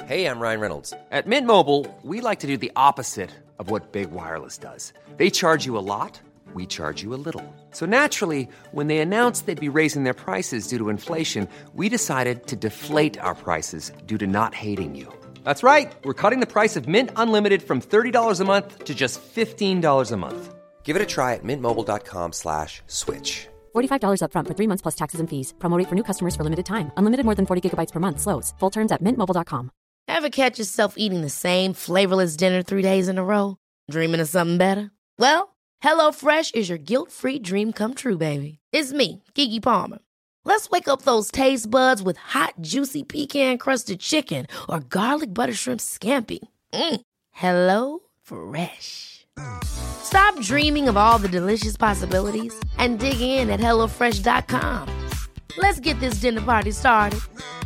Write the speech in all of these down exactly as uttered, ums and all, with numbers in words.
Hey, I'm Ryan Reynolds. At Mint Mobile, we like to do the opposite of what Big Wireless does. They charge you a lot, we charge you a little. So naturally, when they announced they'd be raising their prices due to inflation, we decided to deflate our prices due to not hating you. That's right. We're cutting the price of Mint Unlimited from thirty dollars a month to just fifteen dollars a month. Give it a try at mintmobile.com slash switch. forty-five dollars up front for three months plus taxes and fees. Promo rate for new customers for limited time. Unlimited more than forty gigabytes per month. Slows full terms at mint mobile dot com. Ever catch yourself eating the same flavorless dinner three days in a row? Dreaming of something better? Well, HelloFresh is your guilt-free dream come true, baby. It's me, Keke Palmer. Let's wake up those taste buds with hot, juicy pecan-crusted chicken or garlic butter shrimp scampi. Mm. Hello Fresh. Stop dreaming of all the delicious possibilities and dig in at hello fresh dot com. Let's get this dinner party started.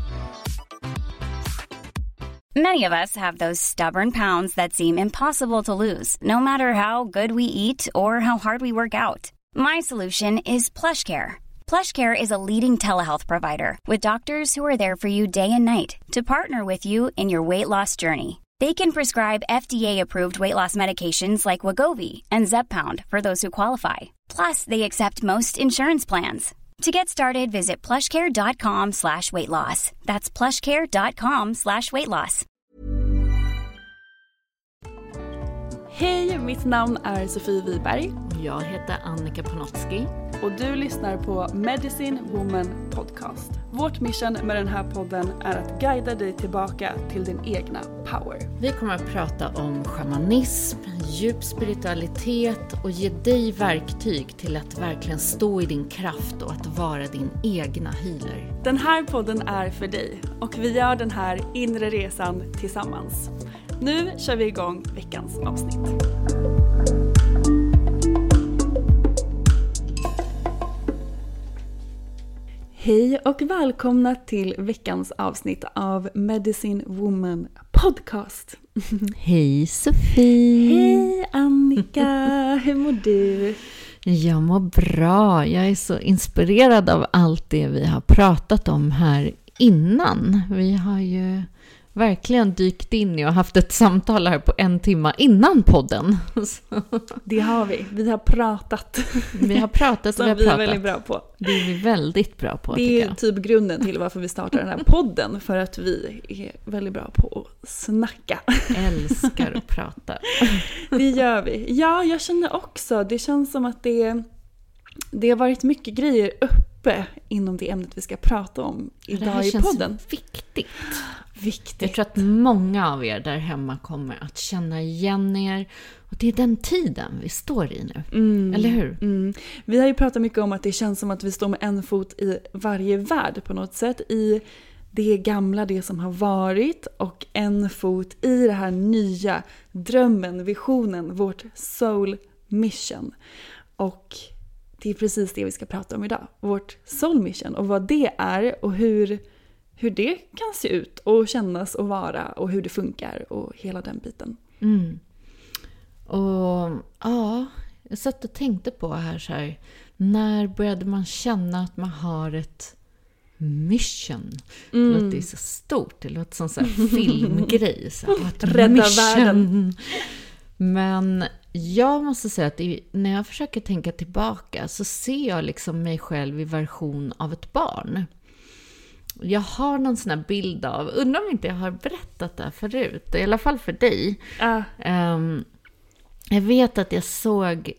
Many of us have those stubborn pounds that seem impossible to lose, no matter how good we eat or how hard we work out. My solution is PlushCare. PlushCare is a leading telehealth provider with doctors who are there for you day and night to partner with you in your weight loss journey. They can prescribe F D A-approved weight loss medications like Wegovy and Zepbound for those who qualify. Plus, they accept most insurance plans. To get started, visit plushcare.com slash weight loss. That's plushcare.com slash weight loss. Hej, mitt namn är Sofie Wiberg. Jag heter Annika Panotski. Och du lyssnar på Medicine Woman Podcast. Vårt mission med den här podden är att guida dig tillbaka till din egna power. Vi kommer att prata om shamanism, djup spiritualitet och ge dig verktyg till att verkligen stå i din kraft och att vara din egna healer. Den här podden är för dig och vi gör den här inre resan tillsammans. Nu kör vi igång veckans avsnitt. Hej och välkomna till veckans avsnitt av Medicine Woman Podcast. Hej Sofie! Hej Annika! Hur mår du? Jag mår bra. Jag är så inspirerad av allt det vi har pratat om här innan. Vi har ju verkligen dykt in i och haft ett samtal här på en timme innan podden. Det har vi. Vi har pratat. Vi har pratat som vi har vi är pratat. väldigt bra på. Det är vi väldigt bra på. Det är typ grunden till varför vi startar den här podden. För att vi är väldigt bra på att snacka. Älskar att prata. Det gör vi. Ja, jag känner också. Det känns som att det, det har varit mycket grejer uppe inom det ämnet vi ska prata om idag i podden. Det här känns viktigt. Viktigt. Jag tror att många av er där hemma kommer att känna igen er. Och det är den tiden vi står i nu. Mm, Eller hur? Mm. Vi har ju pratat mycket om att det känns som att vi står med en fot i varje värld på något sätt. I det gamla, det som har varit. Och en fot i det här nya, drömmen, visionen, vårt soul mission. Och det är precis det vi ska prata om idag. Vårt soul mission och vad det är och hur... hur det kan se ut och kännas och vara och hur det funkar och hela den biten. Mm. Och ja, jag satt och tänkte på här så här, när började man känna att man har ett mission? Mm. Det låter så stort, det låter som så här filmgrej. Så här, ett rädda mission. Världen. Men jag måste säga att det, när jag försöker tänka tillbaka så ser jag liksom mig själv i version av ett barn. Jag har någon sån här bild av, undrar om inte jag har berättat det här förut, i alla fall för dig. Uh. Um, jag vet att jag såg,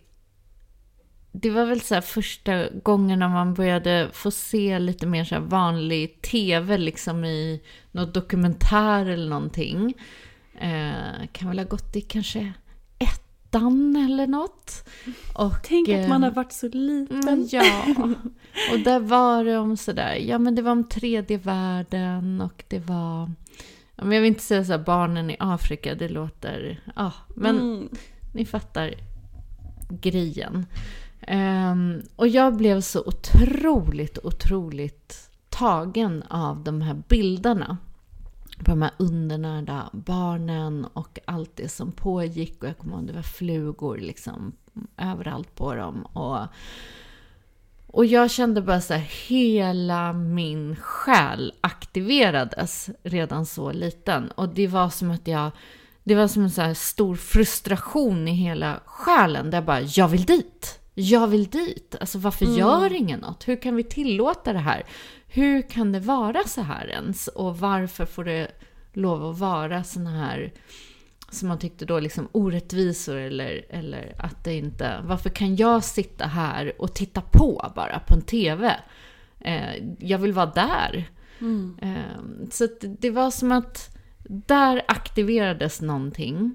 det var väl så här första gången när man började få se lite mer så här vanlig tv liksom i något dokumentär eller någonting. Uh, kan väl ha gått i kanske ettan eller något. Och, tänk att man har varit så liten. Mm, ja, och där var det om sådär, ja men det var om tredje världen och det var, ja, men jag vill inte säga så här, barnen i Afrika, det låter, ja, men mm. ni fattar grejen. Um, och jag blev så otroligt, otroligt tagen av de här bilderna. På de här undernärda barnen och allt det som pågick. Och jag kommer ihåg, det var flugor liksom överallt på dem. Och Och jag kände bara så här, hela min själ aktiverades redan så liten. Och det var som att jag, det var som en så här stor frustration i hela själen. Där jag bara, jag vill dit. Jag vill dit. Alltså varför mm. gör ingen något? Hur kan vi tillåta det här? Hur kan det vara så här ens? Och varför får det lov att vara såna här, som man tyckte då, liksom orättvisor, eller, eller att det inte, varför kan jag sitta här och titta på bara på en tv? Eh, jag vill vara där. Mm. Eh, så det, det var som att där aktiverades någonting.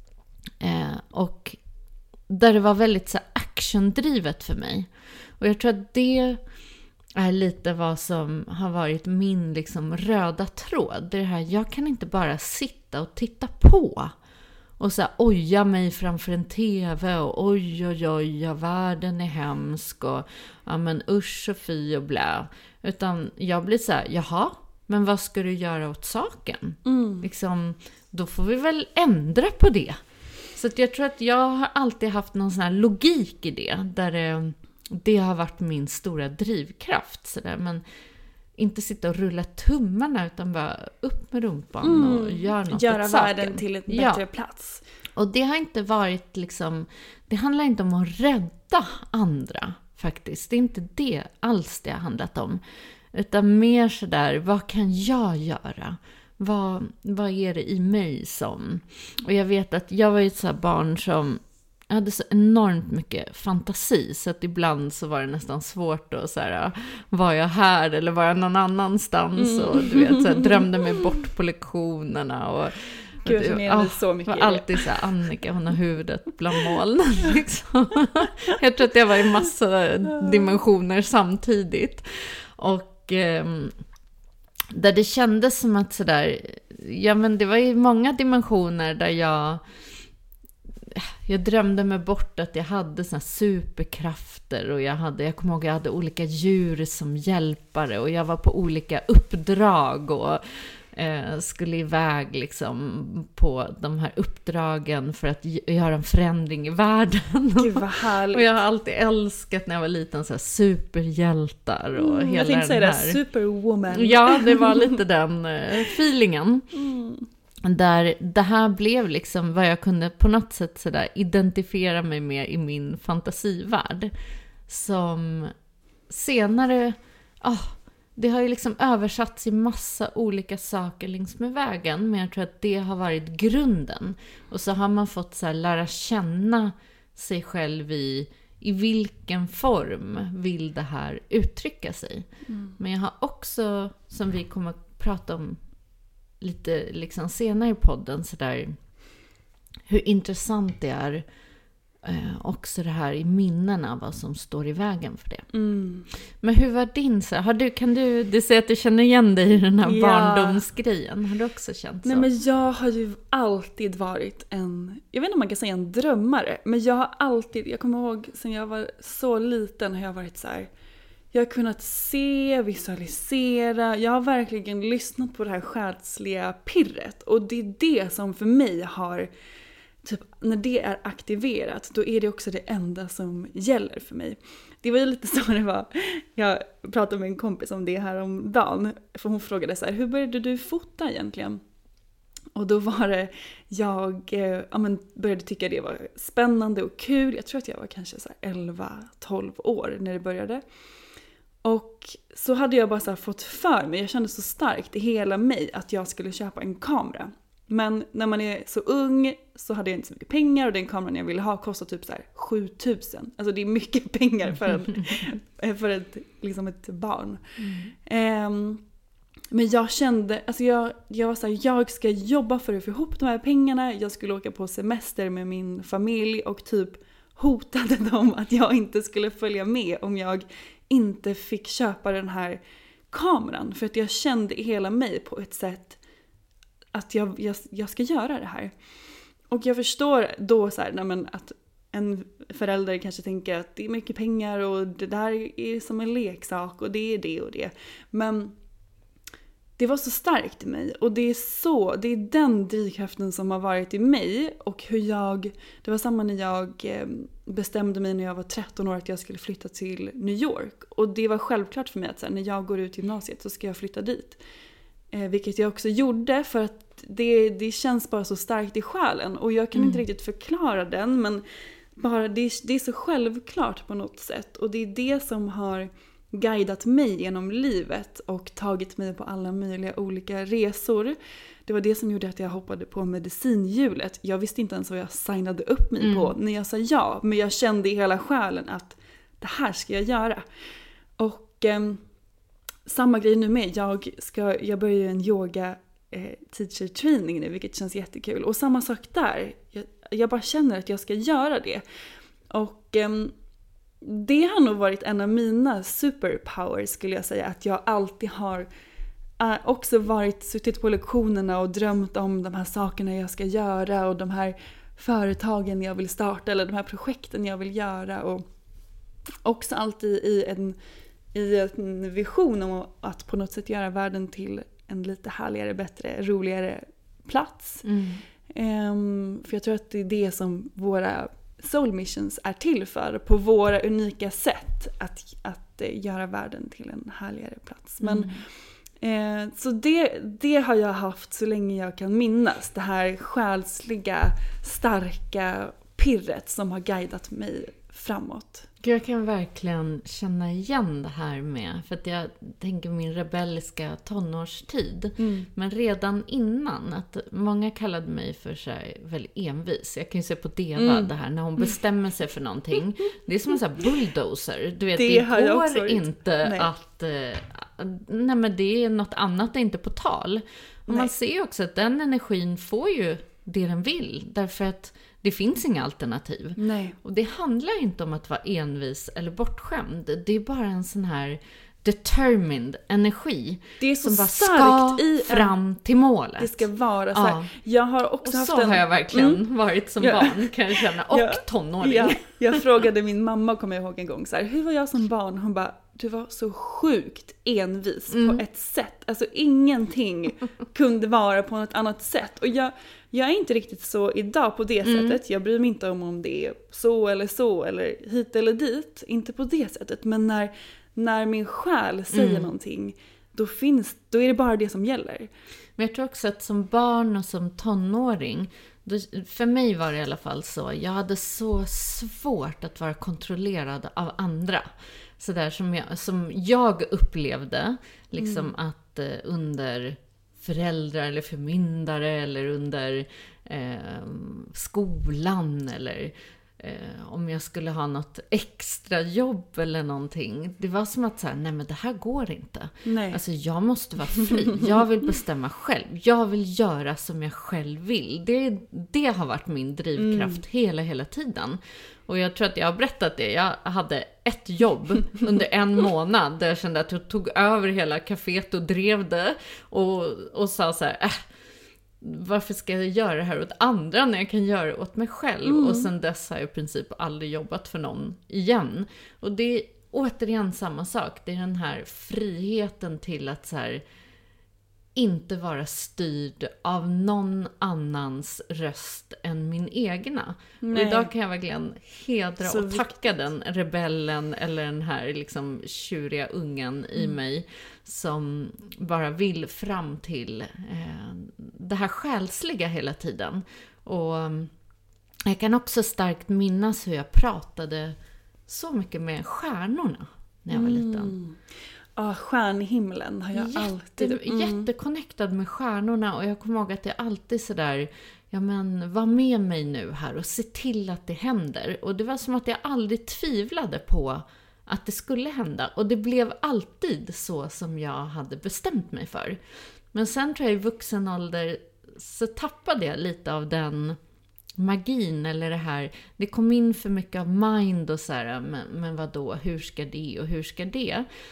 Eh, och där det var väldigt så actiondrivet för mig. Och jag tror att det är lite vad som har varit min liksom röda tråd. Det här, jag kan inte bara sitta och titta på och så här, oja mig framför en tv och oj oj oj, ja, världen är hemsk och ja men usch och fy och blä. Utan jag blir så här, jaha, men vad ska du göra åt saken? Mm. Liksom, då får vi väl ändra på det. Så att jag tror att jag har alltid haft någon sån här logik i det, där det, det har varit min stora drivkraft. Så där. Men inte sitta och rulla tummarna, utan bara upp med rumpan mm. och göra något Göra åt världen saken. till ett bättre ja. plats. Och det har inte varit liksom, det handlar inte om att rädda andra faktiskt. Det är inte det alls det har handlat om. Utan mer så där, vad kan jag göra? Vad, vad är det i mig som... Och jag vet att jag var ju ett så här barn som... Jag hade så enormt mycket fantasi. Så att ibland så var det nästan svårt att så här, var jag här eller var jag någon annanstans? Mm. Och du vet, så här, drömde mig bort på lektionerna. Och, Gud, jag menar oh, så mycket. Var alltid så här, Annika, hon har huvudet bland molnen. Liksom. Jag tror att jag var i massa dimensioner samtidigt. Och... Eh, där det kändes som att sådär, ja men det var ju många dimensioner där jag jag drömde mig bort att jag hade såna superkrafter, och jag hade, jag kommer ihåg jag hade olika djur som hjälpare, och jag var på olika uppdrag och eh, skulle iväg liksom på de här uppdragen för att göra en förändring i världen. Gud vad härligt. Och jag har alltid älskat när jag var liten så här superhjältar och mm, hela jag tänkte säga den här det, superwoman. Ja, det var lite den uh, feelingen. Mm. Där det här blev liksom vad jag kunde på något sätt så där identifiera mig med i min fantasivärld. Som senare, oh, det har ju liksom översatts i massa olika saker längs med vägen. Men jag tror att det har varit grunden. Och så har man fått så här lära känna sig själv i, i vilken form vill det här uttrycka sig. Mm. Men jag har också, som vi kommer att prata om lite liksom senare i podden, så där, hur intressant det är eh, också det här i minnena, vad som står i vägen för det. Mm. Men hur var din så? Har du, kan du, du säger att du känner igen dig i den här ja. barndomsgrejen. Har du också känt så? Nej, men jag har ju alltid varit en, jag vet inte om man kan säga en drömmare, men jag har alltid, jag kommer ihåg sen jag var så liten har jag varit så här. Jag har kunnat se, visualisera. Jag har verkligen lyssnat på det här själsliga pirret. Och det är det som för mig har... Typ, när det är aktiverat, då är det också det enda som gäller för mig. Det var ju lite så det var. Jag pratade med en kompis om det här om dagen. För hon frågade så här, hur började du fota egentligen? Och då var det, jag eh, ja, men började tycka det var spännande och kul. Jag tror att jag var kanske så här elva tolv år när det började. Och så hade jag bara så här fått för mig, jag kände så starkt i hela mig att jag skulle köpa en kamera. Men när man är så ung så hade jag inte så mycket pengar, och den kameran jag ville ha kostade typ så här sju tusen. Alltså det är mycket pengar för, en, för ett, liksom ett barn. Mm. Um, men jag kände, alltså jag, jag var så här, jag ska jobba för att få ihop de här pengarna. Jag skulle åka på semester med min familj och typ hotade dem att jag inte skulle följa med om jag inte fick köpa den här kameran. För att jag kände i hela mig på ett sätt att jag, jag, jag ska göra det här. Och jag förstår då så här, nej men att en förälder kanske tänker att det är mycket pengar och det där är som en leksak och det är det och det. Men det var så starkt i mig. Och det är så, det är den drivkraften som har varit i mig. Och hur jag, det var samma när jag bestämde mig när jag var tretton år att jag skulle flytta till New York. Och det var självklart för mig att så här, när jag går ut gymnasiet så ska jag flytta dit. Eh, vilket jag också gjorde för att det, det känns bara så starkt i själen. Och jag kan mm. inte riktigt förklara den, men bara det, det är så självklart på något sätt. Och det är det som har guidat mig genom livet och tagit mig på alla möjliga olika resor. Det var det som gjorde att jag hoppade på medicinhjulet. Jag visste inte ens vad jag signade upp mig mm. på när jag sa ja. Men jag kände i hela själen att det här ska jag göra. Och eh, samma grej nu med. Jag, ska, jag börjar ju en yoga eh, teacher training nu, vilket känns jättekul. Och samma sak där. Jag, jag bara känner att jag ska göra det. Och eh, det har nog varit en av mina superpowers, skulle jag säga. Att jag alltid har äh, också varit suttit på lektionerna och drömt om de här sakerna jag ska göra. Och de här företagen jag vill starta. Eller de här projekten jag vill göra. Och också alltid i en, i en vision om att på något sätt göra världen till en lite härligare, bättre, roligare plats. Mm. Um, för jag tror att det är det som våra soul missions är till för, på våra unika sätt att, att uh, göra världen till en härligare plats. Men, mm. uh, så det, det har jag haft så länge jag kan minnas. Det här själsliga, starka pirret som har guidat mig framåt. Jag kan verkligen känna igen det här med, för att jag tänker min rebelliska tonårstid. Mm. Men redan innan, att många kallade mig för så här väldigt envis. Jag kan ju se på Deva mm. det här, när hon bestämmer sig för någonting. Det är som en sån här bulldozer. Du vet, det, det går inte nej. att... Nej, men det är något annat, är inte på tal. Och man ser ju också att den energin får ju det den vill. Därför att det finns inga alternativ. Nej. Och det handlar inte om att vara envis eller bortskämd. Det är bara en sån här determined energi. Det är så som bara ska i fram till målet. Det ska vara så här. Ja. Jag har också och haft så en... har jag verkligen mm. varit som ja. barn, kan jag känna. Och ja. tonåring. Ja. Jag frågade min mamma, kommer jag ihåg en gång, så här, hur var jag som barn? Hon bara, du var så sjukt envis mm. på ett sätt. Alltså ingenting kunde vara på något annat sätt. Och jag, jag är inte riktigt så idag på det mm. sättet. Jag bryr mig inte om om det är så eller så eller hit eller dit. Inte på det sättet. Men när, när min själ säger mm. någonting, då, finns, då är det bara det som gäller. Men jag tror också att som barn och som tonåring, då, för mig var det i alla fall så. Jag hade så svårt att vara kontrollerad av andra. Så där som jag, som jag upplevde liksom mm. att eh, under föräldrar eller förmyndare eller under eh, skolan eller eh, om jag skulle ha något extra jobb eller någonting. Det var som att så här, nej men det här går inte. Nej. Alltså jag måste vara fri. Jag vill bestämma själv. Jag vill göra som jag själv vill. Det, det har varit min drivkraft mm. hela, hela tiden. Och jag tror att jag har berättat det. Jag hade ett jobb under en månad där jag kände att jag tog över hela kaféet och drev det. Och, och sa så här, äh, varför ska jag göra det här åt andra när jag kan göra det åt mig själv? Mm. Och sen dess har jag i princip aldrig jobbat för någon igen. Och det är återigen samma sak. Det är den här friheten till att så här, inte vara styrd av någon annans röst än min egna. Nej. Och idag kan jag verkligen hedra så och tacka viktigt. Den rebellen eller den här liksom tjuriga ungen i mm. mig som bara vill fram till eh, det här själsliga hela tiden. Och jag kan också starkt minnas hur jag pratade så mycket med stjärnorna när jag var mm. liten. Ja, stjärnhimlen har jag Jätte, alltid... Mm. Jättekonnektad med stjärnorna. Och jag kommer ihåg att jag alltid sådär, ja men var med mig nu här och se till att det händer. Och det var som att jag aldrig tvivlade på att det skulle hända. Och det blev alltid så som jag hade bestämt mig för. Men sen tror jag i vuxen ålder så tappade jag lite av den magin eller det här. Det kom in för mycket av mind och så här, men, men vadå, hur ska det och hur ska det?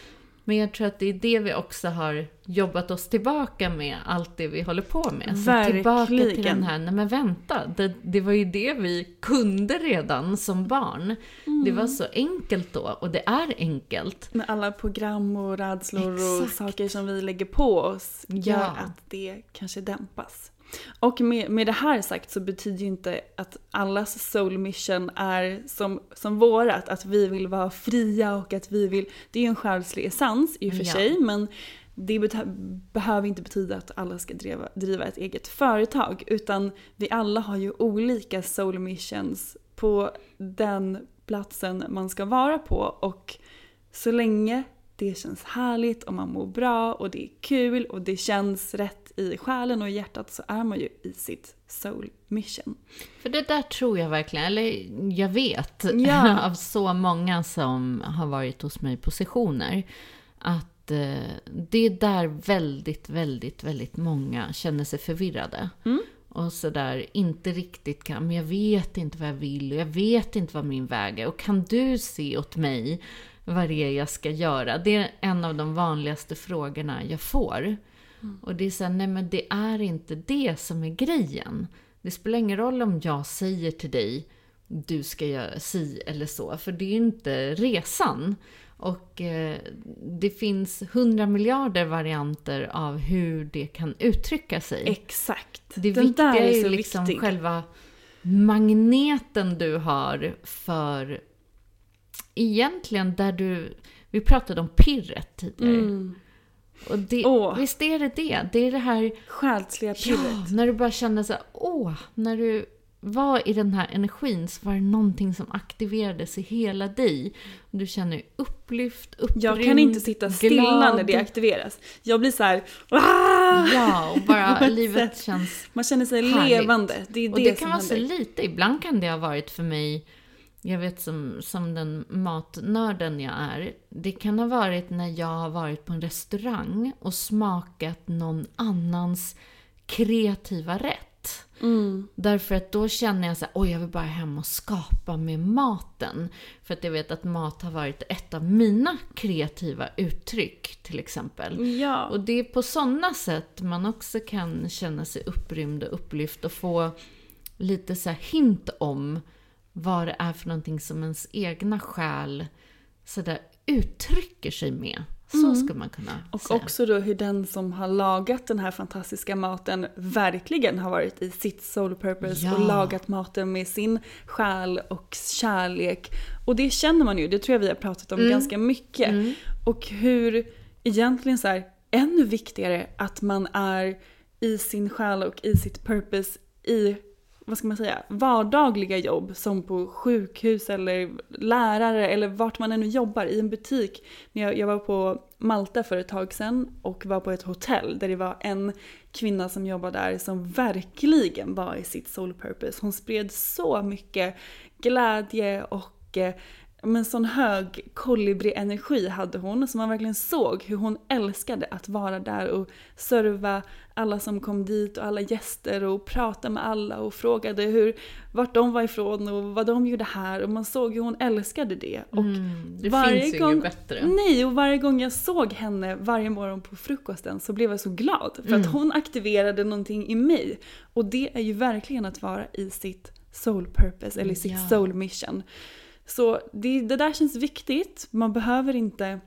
Men jag tror att det är det vi också har jobbat oss tillbaka med, allt det vi håller på med. Så Verkligen. tillbaka till den här, nej men vänta, det, det var ju det vi kunde redan som barn. Mm. Det var så enkelt då, och det är enkelt. Med alla program och rädslor Exakt. och saker som vi lägger på oss gör Ja. att det kanske dämpas. Och med, med det här sagt så betyder ju inte att allas soul mission är som, som vårat, att vi vill vara fria och att vi vill, det är ju en själslig essens i och för Ja. sig, men det bet- behöver inte betyda att alla ska driva, driva ett eget företag, utan vi alla har ju olika soul missions på den platsen man ska vara på, och så länge det känns härligt och man mår bra och det är kul och det känns rätt i själen och i hjärtat, så är man ju i sitt soul mission. För det där tror jag verkligen, eller jag vet Ja. av så många som har varit hos mig på sessioner, att eh, det är där väldigt, väldigt, väldigt många känner sig förvirrade. Mm. Och sådär inte riktigt kan, men jag vet inte vad jag vill och jag vet inte vad min väg är. Och kan du se åt mig vad det är jag ska göra? Det är en av de vanligaste frågorna jag får. Mm. Och det är så här, nej men det är inte det som är grejen. Det spelar ingen roll om jag säger till dig, du ska göra si eller så. För det är inte resan. Och eh, det finns hundra miljarder varianter av hur det kan uttrycka sig. Exakt. Det Den viktiga där är är så liksom viktig. själva magneten du har för egentligen där du, vi pratade om pirret tidigare. Mm. Och det, Åh. visst är det det? Det är det här, Själsliga pirret. ja, när du bara känner så här, åh, när du var i den här energin så var det någonting som aktiverades i hela dig. Du känner upplyft, upprymd, Jag kan inte sitta stilla glad. när det aktiveras. Jag blir så här. "Aah!" Ja, och På bara ett livet sätt. känns Man känner sig härligt. levande. Det är och det, det som kan vara så händer. lite. Ibland kan det ha varit för mig, jag vet som, som den matnörden jag är. Det kan ha varit när jag har varit på en restaurang och smakat någon annans kreativa rätt. Mm. Därför att då känner jag så här, oj jag vill bara hem och skapa med maten. För att jag vet att mat har varit ett av mina kreativa uttryck till exempel. Ja. Och det är på sådana sätt man också kan känna sig upprymd och upplyft och få lite så här hint om vad det är för någonting som ens egna själ så där uttrycker sig med. Så Mm. skulle man kunna Och säga. också då hur den som har lagat den här fantastiska maten verkligen har varit i sitt soul purpose Ja. och lagat maten med sin själ och kärlek. Och det känner man ju, det tror jag vi har pratat om Mm. ganska mycket. Mm. Och hur egentligen så här, ännu viktigare att man är i sin själ och i sitt purpose i, vad ska man säga, vardagliga jobb som på sjukhus eller lärare eller vart man ännu jobbar, i en butik. Jag, jag var på Malta för ett tag sedan och var på ett hotell där det var en kvinna som jobbade där som verkligen var i sitt soul purpose. Hon spred så mycket glädje och eh, men sån hög kolibri-energi hade hon, så man verkligen såg hur hon älskade att vara där och serva alla som kom dit och alla gäster och prata med alla och frågade hur, vart de var ifrån och vad de gjorde här, och man såg hur hon älskade det. Och Mm, det varje finns ju gång, inget bättre. Nej, och varje gång jag såg henne varje morgon på frukosten så blev jag så glad för att hon aktiverade någonting i mig, och det är ju verkligen att vara i sitt soul purpose eller sitt Ja. soul mission. Så det, det där känns viktigt. Man behöver inte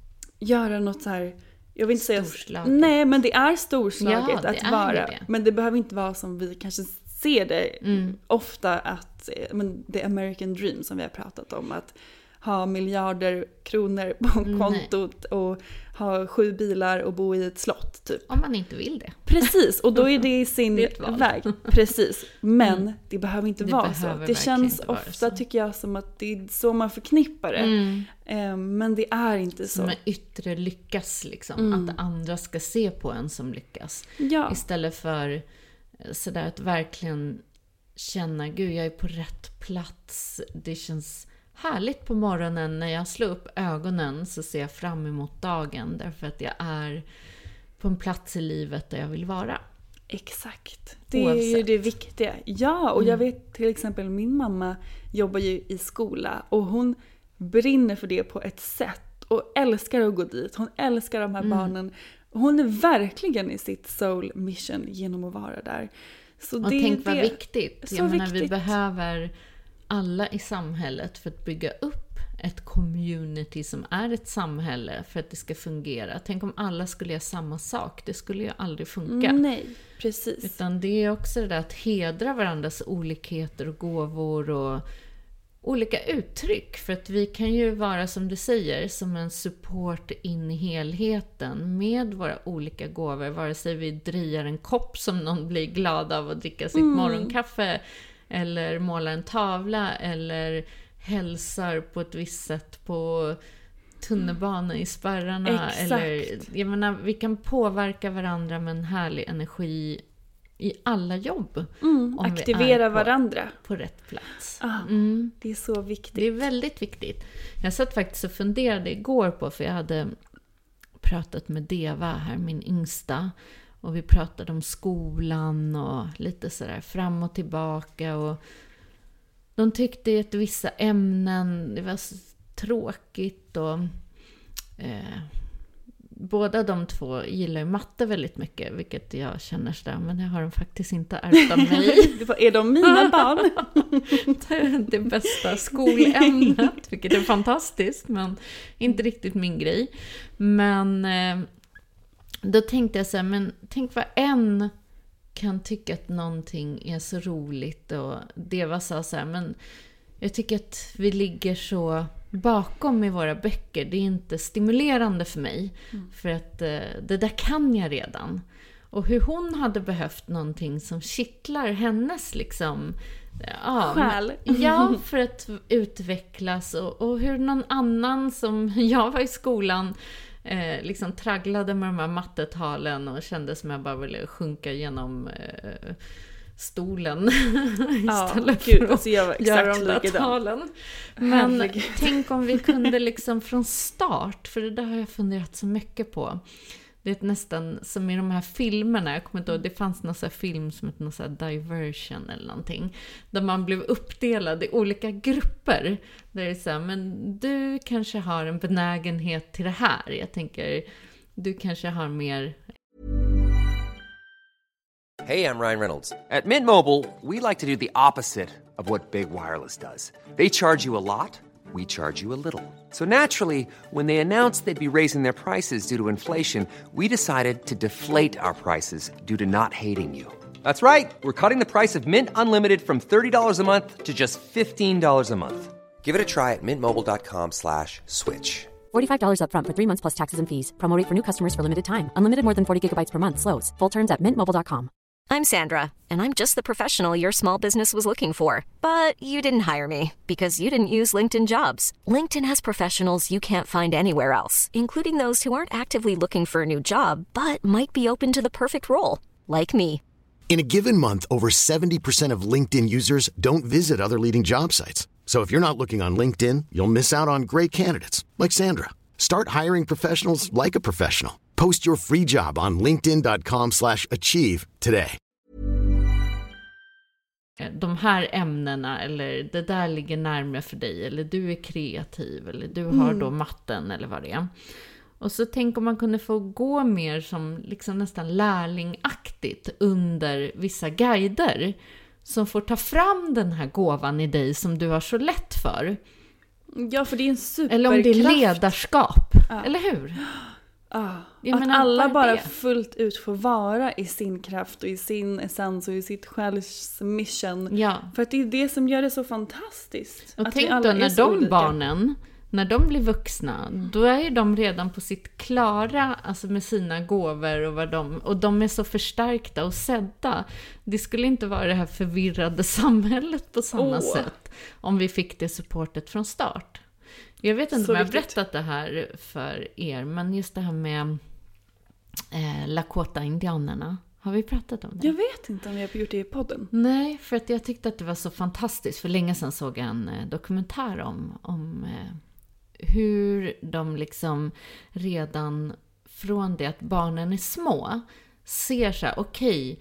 göra något så här, jag vill inte säga Storslaget. nej, men det är storslaget Ja, det att är ju vara. det. Men det behöver inte vara som vi kanske ser det Mm. ofta, att eh, men the American dream som vi har pratat om, att ha miljarder kronor på Nej. kontot och ha sju bilar och bo i ett slott typ. Om man inte vill det. Precis, och då är det i sin Det är ett val. väg. Precis, men Mm. det behöver inte Det vara behöver så. Det verkligen känns inte vara ofta så. tycker jag som att det är så man förknippar det. Mm. Eh, Men det är inte så. Som en yttre lyckas liksom. Mm. Att andra ska se på en som lyckas. Ja. Istället för eh, sådär att verkligen känna, gud jag är på rätt plats. Det känns härligt på morgonen när jag slår upp ögonen, så ser jag fram emot dagen. Därför att jag är på en plats i livet där jag vill vara. Exakt. Det är ju Oavsett. det viktiga. Ja, och jag Mm. vet till exempel min mamma jobbar ju i skola och hon brinner för det på ett sätt. och älskar att gå dit. Hon älskar de här Mm. barnen. Hon är verkligen i sitt soul mission genom att vara där. Så Och det, tänk vad det, viktigt. så Jag menar, vi viktigt. behöver alla i samhället för att bygga upp ett community som är ett samhälle för att det ska fungera. Tänk om alla skulle göra samma sak. Det skulle ju aldrig funka. Nej, precis. Utan det är också det där att hedra varandras olikheter och gåvor och olika uttryck. För att vi kan ju vara, som du säger, som en support in i helheten med våra olika gåvor. Vare sig vi drejar en kopp som någon blir glad av att dricka sitt Mm. morgonkaffe, eller målar en tavla, eller hälsar på ett visst sätt på tunnelbanan i spärrarna. Exakt. Eller, jag menar, vi kan påverka varandra med en härlig energi i alla jobb. Mm, om vi aktivera är på, varandra. på rätt plats. Ah, Mm. Det är så viktigt. Det är väldigt viktigt. Jag satt faktiskt och funderade igår på, för jag hade pratat med Deva här, min yngsta. Och vi pratade om skolan och lite sådär fram och tillbaka. Och de tyckte att vissa ämnen, det var så tråkigt. Och eh, båda de två gillar ju matte väldigt mycket, vilket jag känner sådär, men det har de faktiskt inte ärvt av mig. Vad är de mina barn? Det bästa skolämnet, vilket är fantastiskt, men inte riktigt min grej. Men eh, då tänkte jag så här, men tänk vad en kan tycka att någonting är så roligt, och det var så så här, men jag tycker att vi ligger så bakom i våra böcker. Det är inte stimulerande för mig. Mm. För att eh, det där kan jag redan. Och hur hon hade behövt någonting som kittlar hennes liksom... Ja, Själ. Ja, för att utvecklas. Och, och hur någon annan som jag var i skolan eh, liksom tragglade med de här mattetalen och kände som jag bara ville sjunka genom... Eh, stolen istället ja, gud, för att alltså jag var göra exakt de där likadan. talen. Men Herregud. tänk om vi kunde liksom från start, för det där har jag funderat så mycket på. Det är nästan som i de här filmerna, jag kommer inte ihåg, det fanns någon sån här film som heter någon sån här Diversion eller någonting, där man blev uppdelad i olika grupper. Där det är så här, men du kanske har en benägenhet till det här. Jag tänker, du kanske har mer... Hey, I'm Ryan Reynolds. At Mint Mobile, we like to do the opposite of what Big Wireless does. They charge you a lot, we charge you a little. So naturally, when they announced they'd be raising their prices due to inflation, we decided to deflate our prices due to not hating you. That's right. We're cutting the price of Mint Unlimited from thirty dollars a month to just fifteen dollars a month. Give it a try at mintmobile.com slash switch. forty-five dollars up front for three months plus taxes and fees. Promo rate for new customers for limited time. Unlimited more than forty gigabytes per month. Slows full terms at mint mobile dot com. I'm Sandra, and I'm just the professional your small business was looking for. But you didn't hire me because you didn't use LinkedIn Jobs. LinkedIn has professionals you can't find anywhere else, including those who aren't actively looking for a new job, but might be open to the perfect role, like me. In a given month, over seventy percent of LinkedIn users don't visit other leading job sites. So if you're not looking on LinkedIn, you'll miss out on great candidates like Sandra. Start hiring professionals like a professional. Post your free job on linkedin dot com slash achieve today. De här ämnena, eller det där ligger närmare för dig, eller du är kreativ, eller du har då matten, eller vad det är. Och så tänk om man kunde få gå mer som liksom nästan lärlingaktigt under vissa guider som får ta fram den här gåvan i dig som du har så lätt för. Ja, för det är en superkraft. Eller om det är ledarskap, Ja. eller hur? Ah, Jag att menar, alla vad är bara det? fullt ut får vara i sin kraft och i sin essens och i sitt själs mission. Ja. För att det är det som gör det så fantastiskt. Och att vi tänk alla då är när så de olika. barnen, när de blir vuxna, då är ju de redan på sitt klara, alltså med sina gåvor och vad de, och de är så förstärkta och sedda. Det skulle inte vara det här förvirrade samhället på samma Åh. sätt om vi fick det supportet från start. Jag vet inte Så om jag har viktigt. berättat det här för er, men just det här med eh, Lakota-indianerna. Har vi pratat om det? Jag vet inte om vi har gjort det i podden. Nej, för att jag tyckte att det var så fantastiskt. För länge sedan såg jag en eh, dokumentär om, om eh, hur de liksom redan från det att barnen är små ser så här, okej,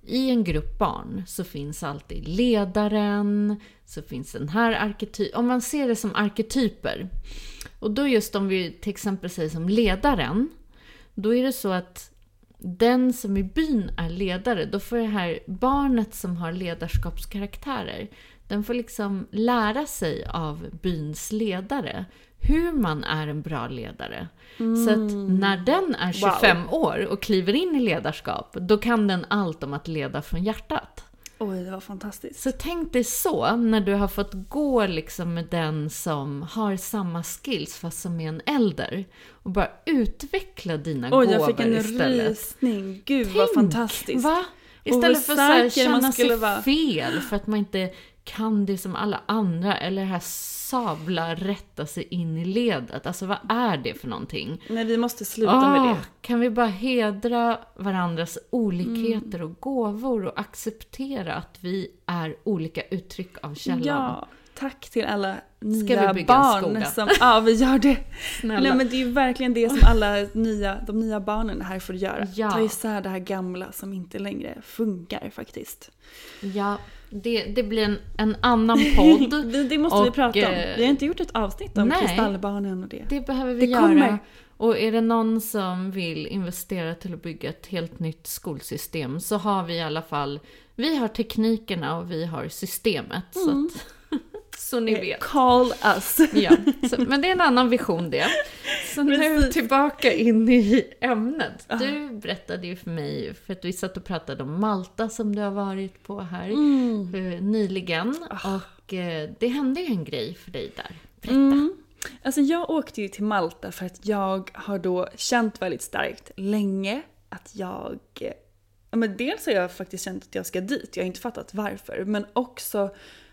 i en grupp barn så finns alltid ledaren, så finns den här arketypen, om man ser det som arketyper. Och då just om vi till exempel säger som ledaren, då är det så att den som i byn är ledare, då får det här barnet som har ledarskapskaraktärer, den får liksom lära sig av byns ledare hur man är en bra ledare. Mm. Så att när den är tjugofem wow. år och kliver in i ledarskap, då kan den allt om att leda från hjärtat. Oj, det var fantastiskt. Så tänk dig så, när du har fått gå liksom med den som har samma skills fast som är en äldre, och bara utveckla dina Oj, gåvor jag fick en istället. Rysning. Gud, tänk, vad fantastiskt. Va? Istället för att känna sig vara... fel för att man inte kan det som alla andra, eller det här sabla rätta sig in i ledet. Alltså vad är det för någonting? Nej, vi måste sluta oh, med det. Kan vi bara hedra varandras olikheter mm. och gåvor och acceptera att vi är olika uttryck av källan? Ja, tack till alla nya barn som... Ja, vi gör det. Snälla. Nej, men det är ju verkligen det som alla nya, de nya barnen är här för att göra. Ja. Ta isär det här gamla som inte längre funkar faktiskt. Ja, det, det blir en, en annan podd. det, det måste och, vi prata om. Vi har inte gjort ett avsnitt om nej, kristallbarnen och det. Det behöver vi det göra. Kommer. Och är det någon som vill investera till att bygga ett helt nytt skolsystem, så har vi i alla fall, vi har teknikerna och vi har systemet. Mm. Så, att, så ni vet. Call us. Ja, så, men det är en annan vision det. Så nu tillbaka in i ämnet. Du berättade ju för mig, för att vi satt och pratade om Malta som du har varit på här mm. nyligen. Och det hände ju en grej för dig där. Berätta. Mm. Alltså jag åkte ju till Malta för att jag har då känt väldigt starkt länge att jag... Ja, men dels har jag faktiskt känt att jag ska dit. Jag har inte fattat varför. Men också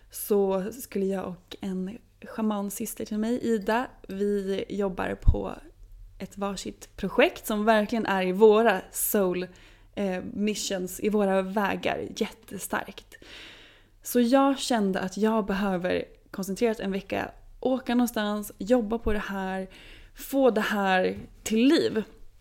så skulle jag och en shamansyster till mig, Ida, vi jobbar på ett varsitt projekt som verkligen är i våra soul eh, missions, i våra vägar, jättestarkt. Så jag kände att jag behöver koncentrerat en vecka åka någonstans, jobba på det här, få det här till liv.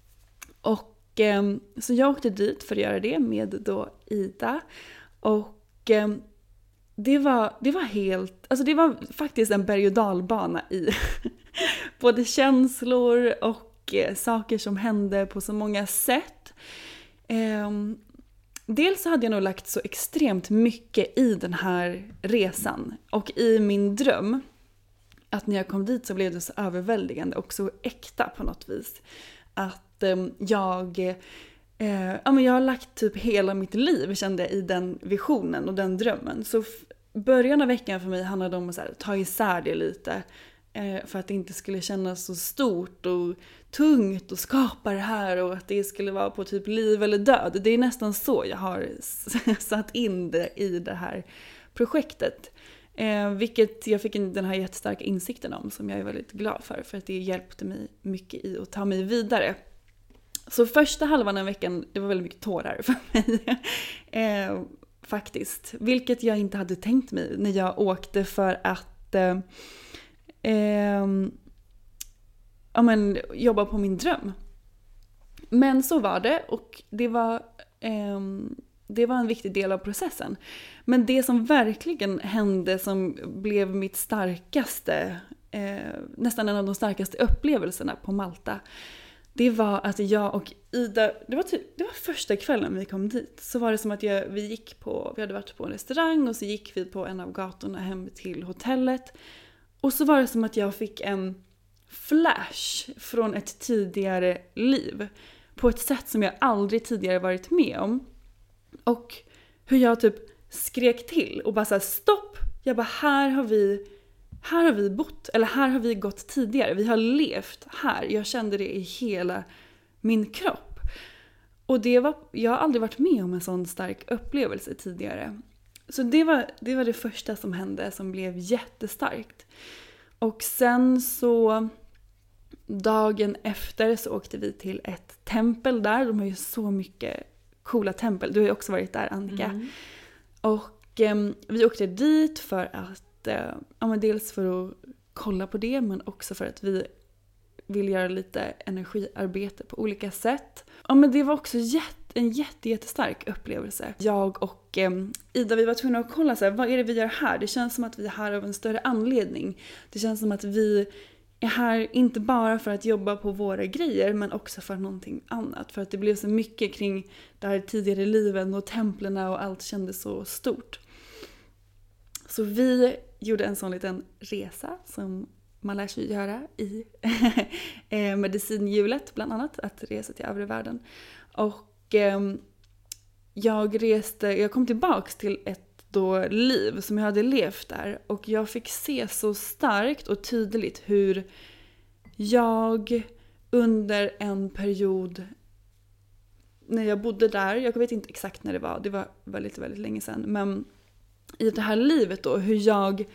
Och eh, så jag åkte dit för att göra det med då Ida. Och eh, det var, det var helt, alltså det var faktiskt en berg- och dalbana i både känslor och eh, saker som hände på så många sätt. Eh, dels så hade jag nog lagt så extremt mycket i den här resan och i min dröm. Att när jag kom dit så blev det så överväldigande och så äkta på något vis. Att eh, jag, eh, ja, men jag har lagt typ hela mitt liv, kände jag, i den visionen och den drömmen. Så f- början av veckan för mig handlade om att så här, ta isär det lite. Eh, för att det inte skulle kännas så stort och tungt och skapa det här. Och att det skulle vara på typ liv eller död. Det är nästan så jag har satt in det i det här projektet. Eh, vilket jag fick den här jättestarka insikten om, som jag är väldigt glad för. För att det hjälpte mig mycket i att ta mig vidare. Så första halvan av veckan, det var väldigt mycket tårar för mig. eh, faktiskt. Vilket jag inte hade tänkt mig när jag åkte, för att eh, eh, ja, men, jobba på min dröm. Men så var det, och det var... Eh, Det var en viktig del av processen. Men det som verkligen hände, som blev mitt starkaste, eh, nästan en av de starkaste upplevelserna på Malta, det var att jag och Ida, det var, typ, det var första kvällen vi kom dit, så var det som att jag, vi gick på, vi hade varit på en restaurang och så gick vi på en av gatorna hem till hotellet. Och så var det som att jag fick en flash från ett tidigare liv på ett sätt som jag aldrig tidigare varit med om. Och hur jag typ skrek till och bara så här, stopp! Jag bara, här har vi här har vi bott, eller här har vi gått tidigare. Vi har levt här. Jag kände det i hela min kropp. Och det var, jag har aldrig varit med om en sån stark upplevelse tidigare. Så det var, det var det första som hände, som blev jättestarkt. Och sen så dagen efter så åkte vi till ett tempel där. De har ju så mycket coola tempel. Du har ju också varit där, Annika. Mm. Och eh, vi åkte dit för att, eh, ja, men dels för att kolla på det, men också för att vi vill göra lite energiarbete på olika sätt. Ja, men det var också jätte, en jätte, jättestark upplevelse. Jag och eh, Ida, vi var tvungna att kolla så här, vad är det vi gör här? Det känns som att vi är här av en större anledning. Det känns som att vi är här inte bara för att jobba på våra grejer, men också för någonting annat. För att det blev så mycket kring det här tidigare livet och templerna och allt kändes så stort. Så vi gjorde en sån liten resa som man lär sig göra i medicinhjulet bland annat, att resa till övre världen. Och eh, jag reste, jag kom tillbaks till ett då liv som jag hade levt där, och jag fick se så starkt och tydligt hur jag under en period när jag bodde där, jag vet inte exakt när det var, det var väldigt, väldigt länge sedan, men i det här livet då, hur jag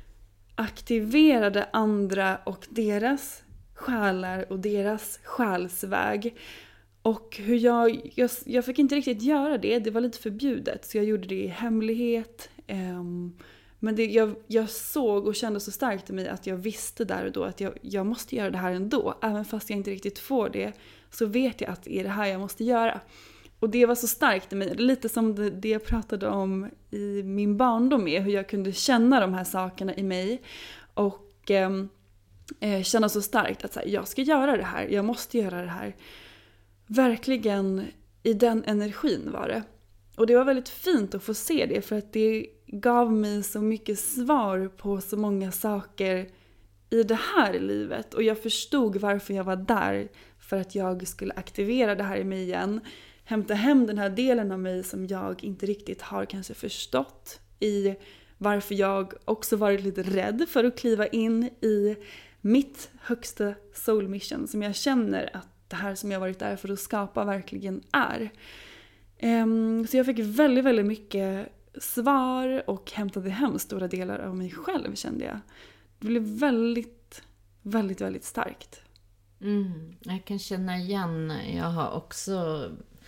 aktiverade andra och deras själar och deras själsväg. Och hur jag, jag, jag fick inte riktigt göra det, det var lite förbjudet, så jag gjorde det i hemlighet. Um, men det, jag, jag såg och kände så starkt i mig att jag visste där och då att jag, jag måste göra det här ändå. Även fast jag inte riktigt får det, så vet jag att det är det här jag måste göra. Och det var så starkt i mig, lite som det, det jag pratade om i min barndom är, hur jag kunde känna de här sakerna i mig. Och eh, känna så starkt att så här, jag ska göra det här, jag måste göra det här. Verkligen i den energin var det. Och det var väldigt fint att få se det, för att det gav mig så mycket svar på så många saker i det här livet. Och jag förstod varför jag var där, för att jag skulle aktivera det här i mig igen. Hämta hem den här delen av mig som jag inte riktigt har kanske förstått, i varför jag också varit lite rädd för att kliva in i mitt högsta soul mission, som jag känner att det här som jag varit där för att skapa verkligen är. Um, så jag fick väldigt, väldigt mycket svar och hämtade hem stora delar av mig själv, kände jag. Det blev väldigt, väldigt, väldigt starkt. Mm, jag kan känna igen, jag har också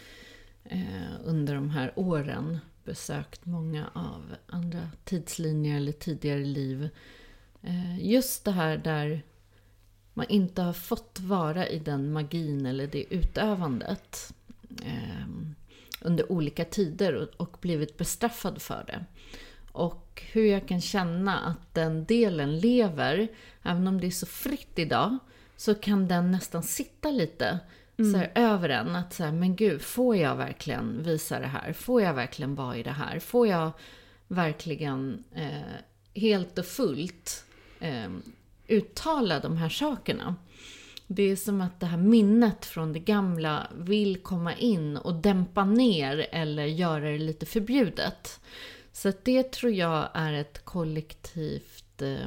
eh, under de här åren besökt många av andra tidslinjer eller tidigare liv. Eh, just det här där man inte har fått vara i den magin eller det utövandet eh, under olika tider och, och blivit bestraffad för det. Och hur jag kan känna att den delen lever, även om det är så fritt idag, så kan den nästan sitta lite mm. så här, över en. Att så här, men gud, får jag verkligen visa det här? Får jag verkligen vara i det här? Får jag verkligen eh, helt och fullt eh, uttala de här sakerna? Det är som att det här minnet från det gamla vill komma in och dämpa ner eller göra det lite förbjudet. Så att det tror jag är ett kollektivt eh,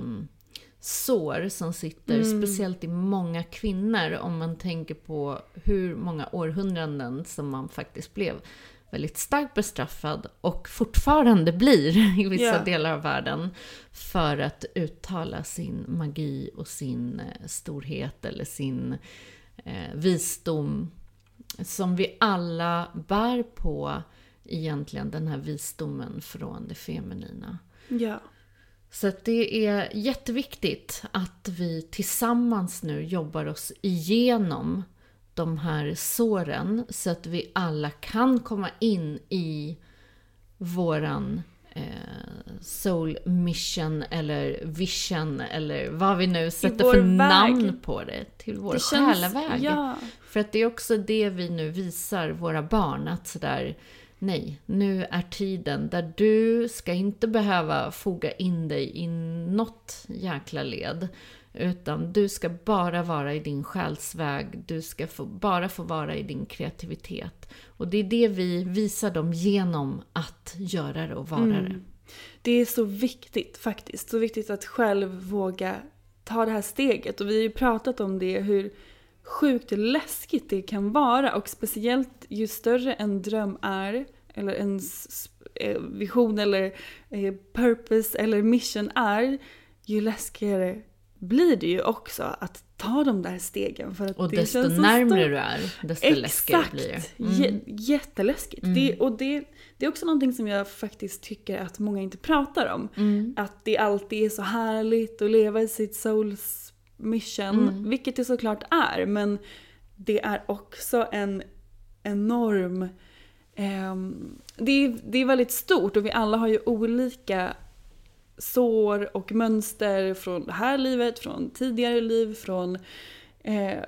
sår som sitter mm. speciellt i många kvinnor, om man tänker på hur många århundraden som man faktiskt blev väldigt starkt bestraffad och fortfarande blir i vissa yeah. delar av världen för att uttala sin magi och sin eh, storhet eller sin eh, visdom, som vi alla bär på, egentligen den här visdomen från det feminina. Ja. Så att det är jätteviktigt att vi tillsammans nu jobbar oss igenom de här såren, så att vi alla kan komma in i våran eh, soul mission eller vision eller vad vi nu sätter för väg. Namn på det, till vår själaväg. Ja. För att det är också det vi nu visar våra barn, att sådär, nej, nu är tiden där du ska inte behöva foga in dig i något jäkla led, utan du ska bara vara i din själsväg, du ska få, bara få vara i din kreativitet. Och det är det vi visar dem genom att göra det och vara mm. det. Det är så viktigt faktiskt, så viktigt att själv våga ta det här steget. Och vi har ju pratat om det, hur sjukt läskigt det kan vara, och speciellt ju större en dröm är, eller en vision eller purpose eller mission är, ju läskigare blir det ju också att ta de där stegen. För att och det desto känns närmare så du är, desto läskigare blir det. Mm. J- jätteläskigt. Mm. Det, och det, det är också någonting som jag faktiskt tycker att många inte pratar om. Mm. Att det alltid är så härligt att leva i sitt souls mission, mm. vilket det såklart är, men det är också en enorm Eh, det, är, det är väldigt stort och vi alla har ju olika sår och mönster från det här livet, från tidigare liv, från eh,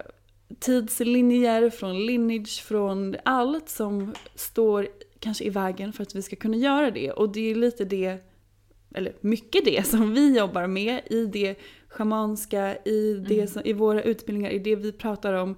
tidslinjer, från lineage, från allt som står kanske i vägen för att vi ska kunna göra det. Och det är lite det, eller mycket det som vi jobbar med i det schamanska, i, det som, i våra utbildningar, i det vi pratar om,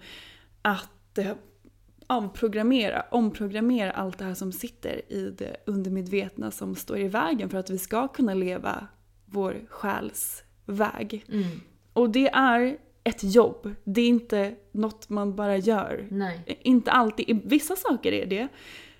att eh, omprogrammera, omprogrammera allt det här som sitter i det undermedvetna som står i vägen för att vi ska kunna leva vår själs väg. Mm. Och det är ett jobb. Det är inte något man bara gör. Nej. Inte alltid. Vissa saker är det.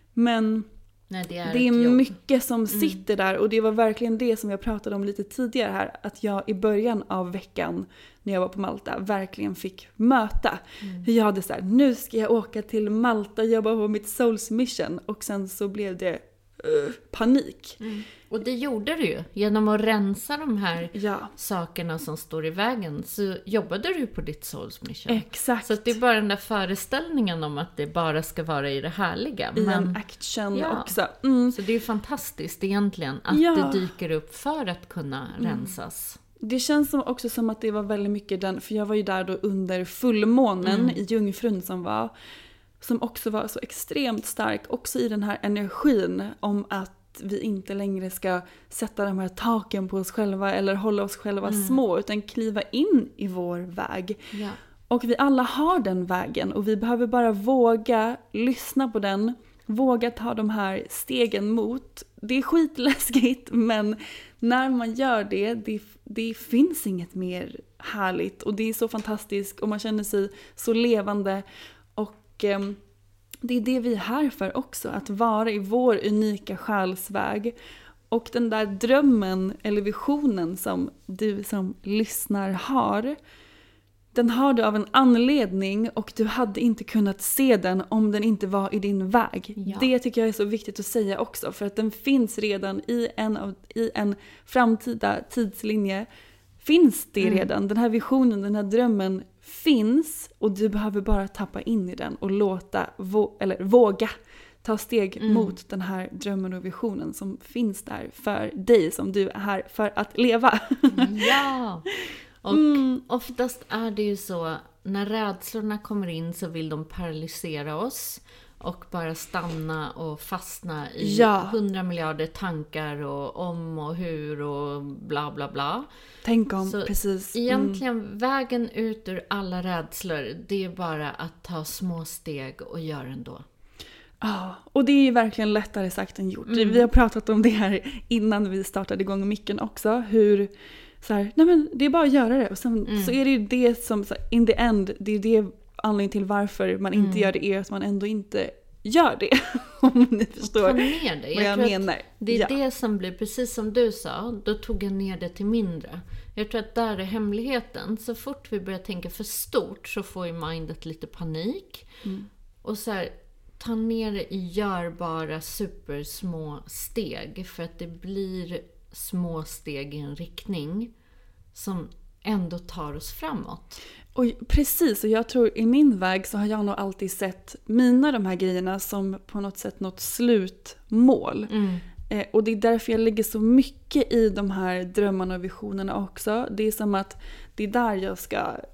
Men Nej, det är, det är mycket som sitter mm. där. Och det var verkligen det som jag pratade om lite tidigare här. Att jag i början av veckan när jag var på Malta verkligen fick möta. Mm. Hur jag hade så här, nu ska jag åka till Malta och jobba på mitt Souls Mission. Och sen så blev det uh, panik. Mm. Och det gjorde du ju. Genom att rensa de här ja. sakerna som står i vägen så jobbade du på ditt Souls Mission. Exakt. Så det är bara den där föreställningen om att det bara ska vara i det härliga. I Men, en action ja. också. Mm. Så det är fantastiskt egentligen att ja. det dyker upp för att kunna mm. rensas. Det känns som också som att det var väldigt mycket den, för jag var ju där då under fullmånen mm. i Jungfrun som var, som också var så extremt stark, också i den här energin om att vi inte längre ska sätta de här taken på oss själva eller hålla oss själva mm. små, utan kliva in i vår väg. Ja. Och vi alla har den vägen och vi behöver bara våga lyssna på den, våga ta de här stegen mot. Det är skitläskigt, men när man gör det, det, det finns inget mer härligt och det är så fantastiskt och man känner sig så levande. Och eh, det är det vi är här för också, att vara i vår unika själsväg. Och den där drömmen eller visionen som du som lyssnar har, den har du av en anledning och du hade inte kunnat se den om den inte var i din väg. Ja. Det tycker jag är så viktigt att säga också, för att den finns redan i en, av, i en framtida tidslinje. Finns det mm. redan, den här visionen, den här drömmen finns och du behöver bara tappa in i den och låta, vå- eller våga ta steg mm. mot den här drömmen och visionen som finns där för dig som du är här för att leva. Ja! Och mm. oftast är det ju så, när rädslorna kommer in så vill de paralysera oss och bara stanna och fastna i ja. hundra miljarder tankar och om och hur och bla bla bla. Tänk om, så precis. Egentligen mm. vägen ut ur alla rädslor, det är bara att ta små steg och göra ändå. Ja, och det är ju verkligen lättare sagt än gjort. Mm. Vi har pratat om det här innan vi startade igång micken också, hur så här, nej men det är bara att göra det. Och sen mm. så är det ju det som, så här, in the end, det är det anledningen till varför man inte mm. gör det, är att man ändå inte gör det. Om ni förstår ta ner det. vad jag, jag menar. Det är ja. det som blir, precis som du sa, då tog jag ner det till mindre. Jag tror att där är hemligheten. Så fort vi börjar tänka för stort så får ju mindet lite panik. Mm. Och så här, ta ner det i görbara supersmå steg. För att det blir små steg i en riktning som ändå tar oss framåt. Och precis, och jag tror i min väg så har jag nog alltid sett mina de här grejerna som på något sätt något slutmål. Mm. Eh, och det är därför jag lägger så mycket i de här drömmarna och visionerna också. Det är som att det är där jag ska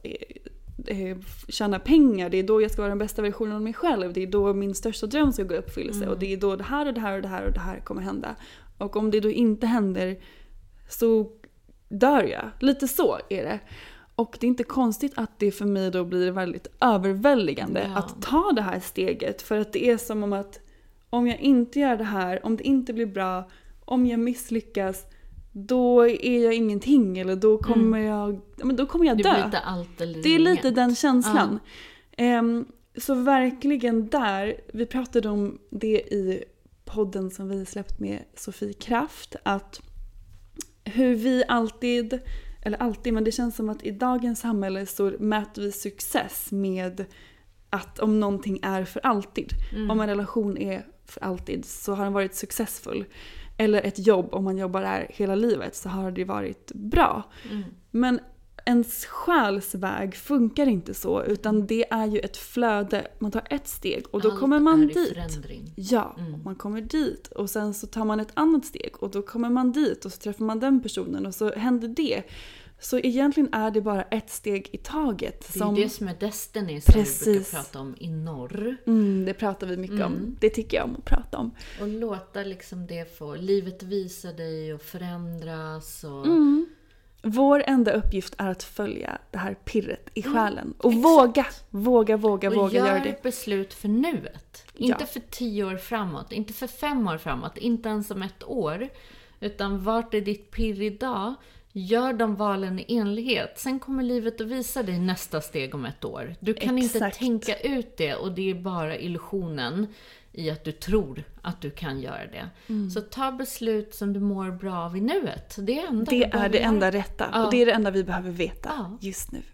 eh, tjäna pengar, det är då jag ska vara den bästa versionen av mig själv, det är då min största dröm ska gå i uppfyllelse mm. och det är då det här och det här och det här och det här kommer hända. Och om det då inte händer så dör jag. Lite så är det. Och det är inte konstigt att det för mig då blir väldigt överväldigande ja. att ta det här steget. För att det är som om att om jag inte gör det här, om det inte blir bra, om jag misslyckas, då är jag ingenting. Eller då kommer mm. jag, men då kommer jag dö. Det blir lite allt eller det är inget. Lite den känslan. Ja. Um, så verkligen där, vi pratade om det i podden som vi släppt med Sofie Kraft, att hur vi alltid, eller alltid, men det känns som att i dagens samhälle så mäter vi success med att om någonting är för alltid. Mm. Om en relation är för alltid så har den varit successfull. Eller ett jobb, om man jobbar där hela livet så har det varit bra. Mm. Men ens själsväg funkar inte så, utan det är ju ett flöde. Man tar ett steg och då Allt kommer man är i dit. förändring. Ja, mm. man kommer dit och sen så tar man ett annat steg och då kommer man dit och så träffar man den personen och så händer det. Så egentligen är det bara ett steg i taget. Det är som... det som är Destiny som Precis. vi brukar prata om i norr. Mm, det pratar vi mycket Mm. om. Det tycker jag om att prata om. Och låta liksom det få livet visa dig och förändras. Och... Mm. Vår enda uppgift är att följa det här pirret i själen. Och exakt. våga, våga, våga, och våga gör göra det. ett beslut för nuet. Inte Ja. för tio år framåt, inte för fem år framåt, inte ens om ett år. Utan vart är ditt pirr idag? Gör de valen i enlighet. Sen kommer livet att visa dig nästa steg om ett år. Du kan Exakt. inte tänka ut det och det är bara illusionen i att du tror att du kan göra det. Mm. Så ta beslut som du mår bra av i nuet. Det är, enda det, är det enda rätta. Ja. Och det är det enda vi behöver veta ja. just nu.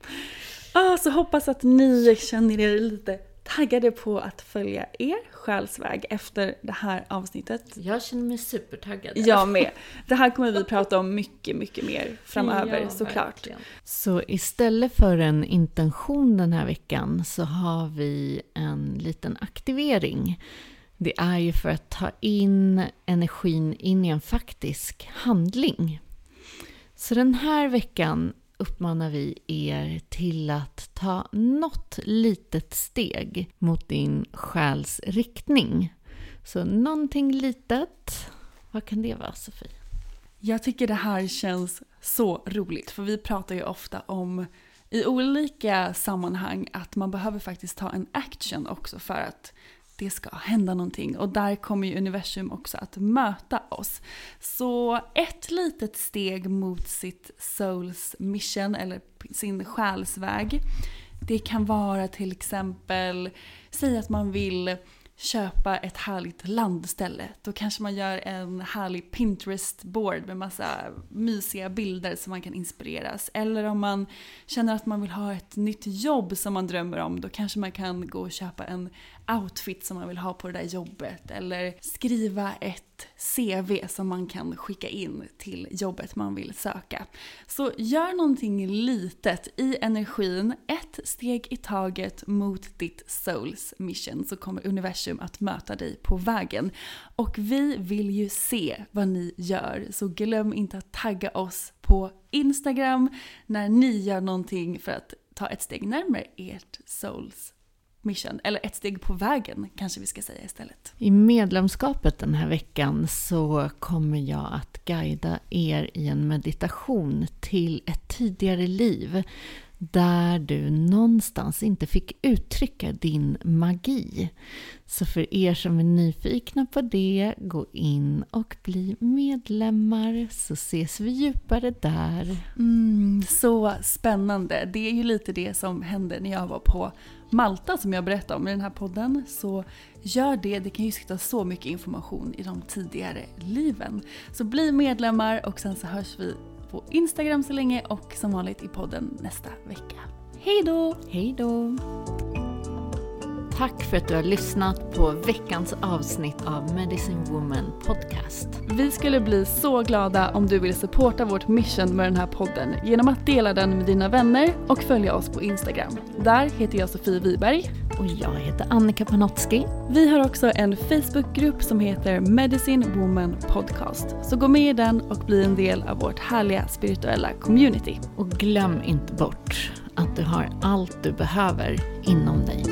Ah, så hoppas att ni känner er lite taggade på att följa er själsväg efter det här avsnittet. Jag känner mig supertaggad. Jag med. Det här kommer vi prata om mycket, mycket mer framöver, ja, såklart. Verkligen. Så istället för en intention den här veckan så har vi en liten aktivering. Det är ju för att ta in energin in i en faktisk handling. Så den här veckan uppmanar vi er till att ta något litet steg mot din själs riktning. Så någonting litet, vad kan det vara, Sofie? Jag tycker det här känns så roligt, för vi pratar ju ofta om i olika sammanhang att man behöver faktiskt ta en action också för att det ska hända någonting. Och där kommer ju universum också att möta oss. Så ett litet steg mot sitt souls mission eller sin själsväg. Det kan vara till exempel, säg att man vill köpa ett härligt landställe. Då kanske man gör en härlig Pinterest-board med massa mysiga bilder som man kan inspireras. Eller om man känner att man vill ha ett nytt jobb som man drömmer om, då kanske man kan gå och köpa en outfit som man vill ha på det där jobbet. Eller skriva ett C V som man kan skicka in till jobbet man vill söka. Så gör någonting litet i energin, ett steg i taget mot ditt souls mission, så kommer universum att möta dig på vägen. Och vi vill ju se vad ni gör, så glöm inte att tagga oss på Instagram när ni gör någonting för att ta ett steg närmare ert souls mission, eller ett steg på vägen kanske vi ska säga istället. I medlemskapet den här veckan så kommer jag att guida er i en meditation till ett tidigare liv där du någonstans inte fick uttrycka din magi. Så för er som är nyfikna på det, gå in och bli medlemmar, så ses vi djupare där. Mm, så spännande. Det är ju lite det som hände när jag var på Malta som jag berättade om i den här podden. Så gör det, det kan ju sitta så mycket information i de tidigare liven. Så bli medlemmar och sen så hörs vi på Instagram så länge och som vanligt i podden nästa vecka. Hej då! Hej då! Tack för att du har lyssnat på veckans avsnitt av Medicine Woman Podcast. Vi skulle bli så glada om du vill supporta vårt mission med den här podden genom att dela den med dina vänner och följa oss på Instagram. Där heter jag Sofie Wiberg. Och jag heter Annika Panotski. Vi har också en Facebookgrupp som heter Medicine Woman Podcast. Så gå med i den och bli en del av vårt härliga spirituella community. Och glöm inte bort att du har allt du behöver inom dig.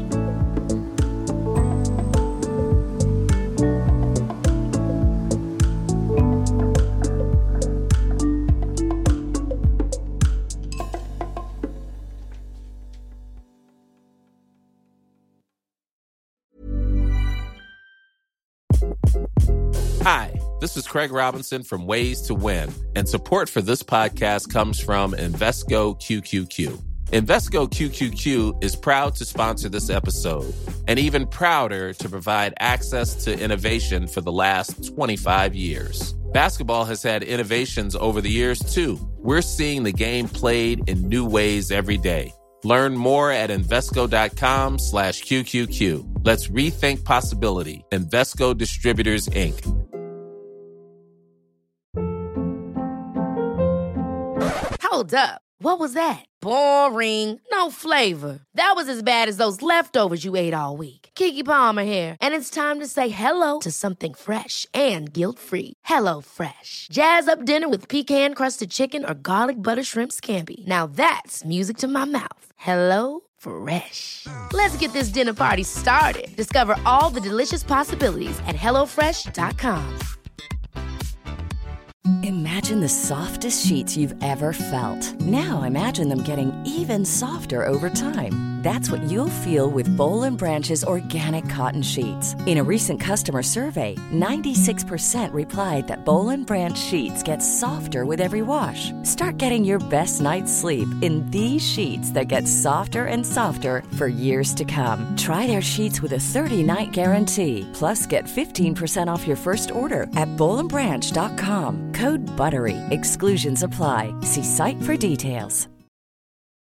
Hi, this is Craig Robinson from Ways to Win, and support for this podcast comes from Invesco Q Q Q. Invesco Q Q Q is proud to sponsor this episode, and even prouder to provide access to innovation for the last twenty-five years. Basketball has had innovations over the years, too. We're seeing the game played in new ways every day. Learn more at Invesco.com slash QQQ. Let's rethink possibility. Invesco Distributors, Incorporated. Hold up. What was that? Boring. No flavor. That was as bad as those leftovers you ate all week. Keke Palmer here, and it's time to say hello to something fresh and guilt-free. Hello Fresh. Jazz up dinner with pecan-crusted chicken or garlic butter shrimp scampi. Now that's music to my mouth. Hello Fresh. Let's get this dinner party started. Discover all the delicious possibilities at hello fresh dot com. Imagine the softest sheets you've ever felt. Now imagine them getting even softer over time. That's what you'll feel with Boll and Branch's organic cotton sheets. In a recent customer survey, ninety-six percent replied that Boll and Branch sheets get softer with every wash. Start getting your best night's sleep in these sheets that get softer and softer for years to come. Try their sheets with a thirty-night guarantee. Plus, get fifteen percent off your first order at boll and branch dot com. Code BUTTERY. Exclusions apply. See site for details.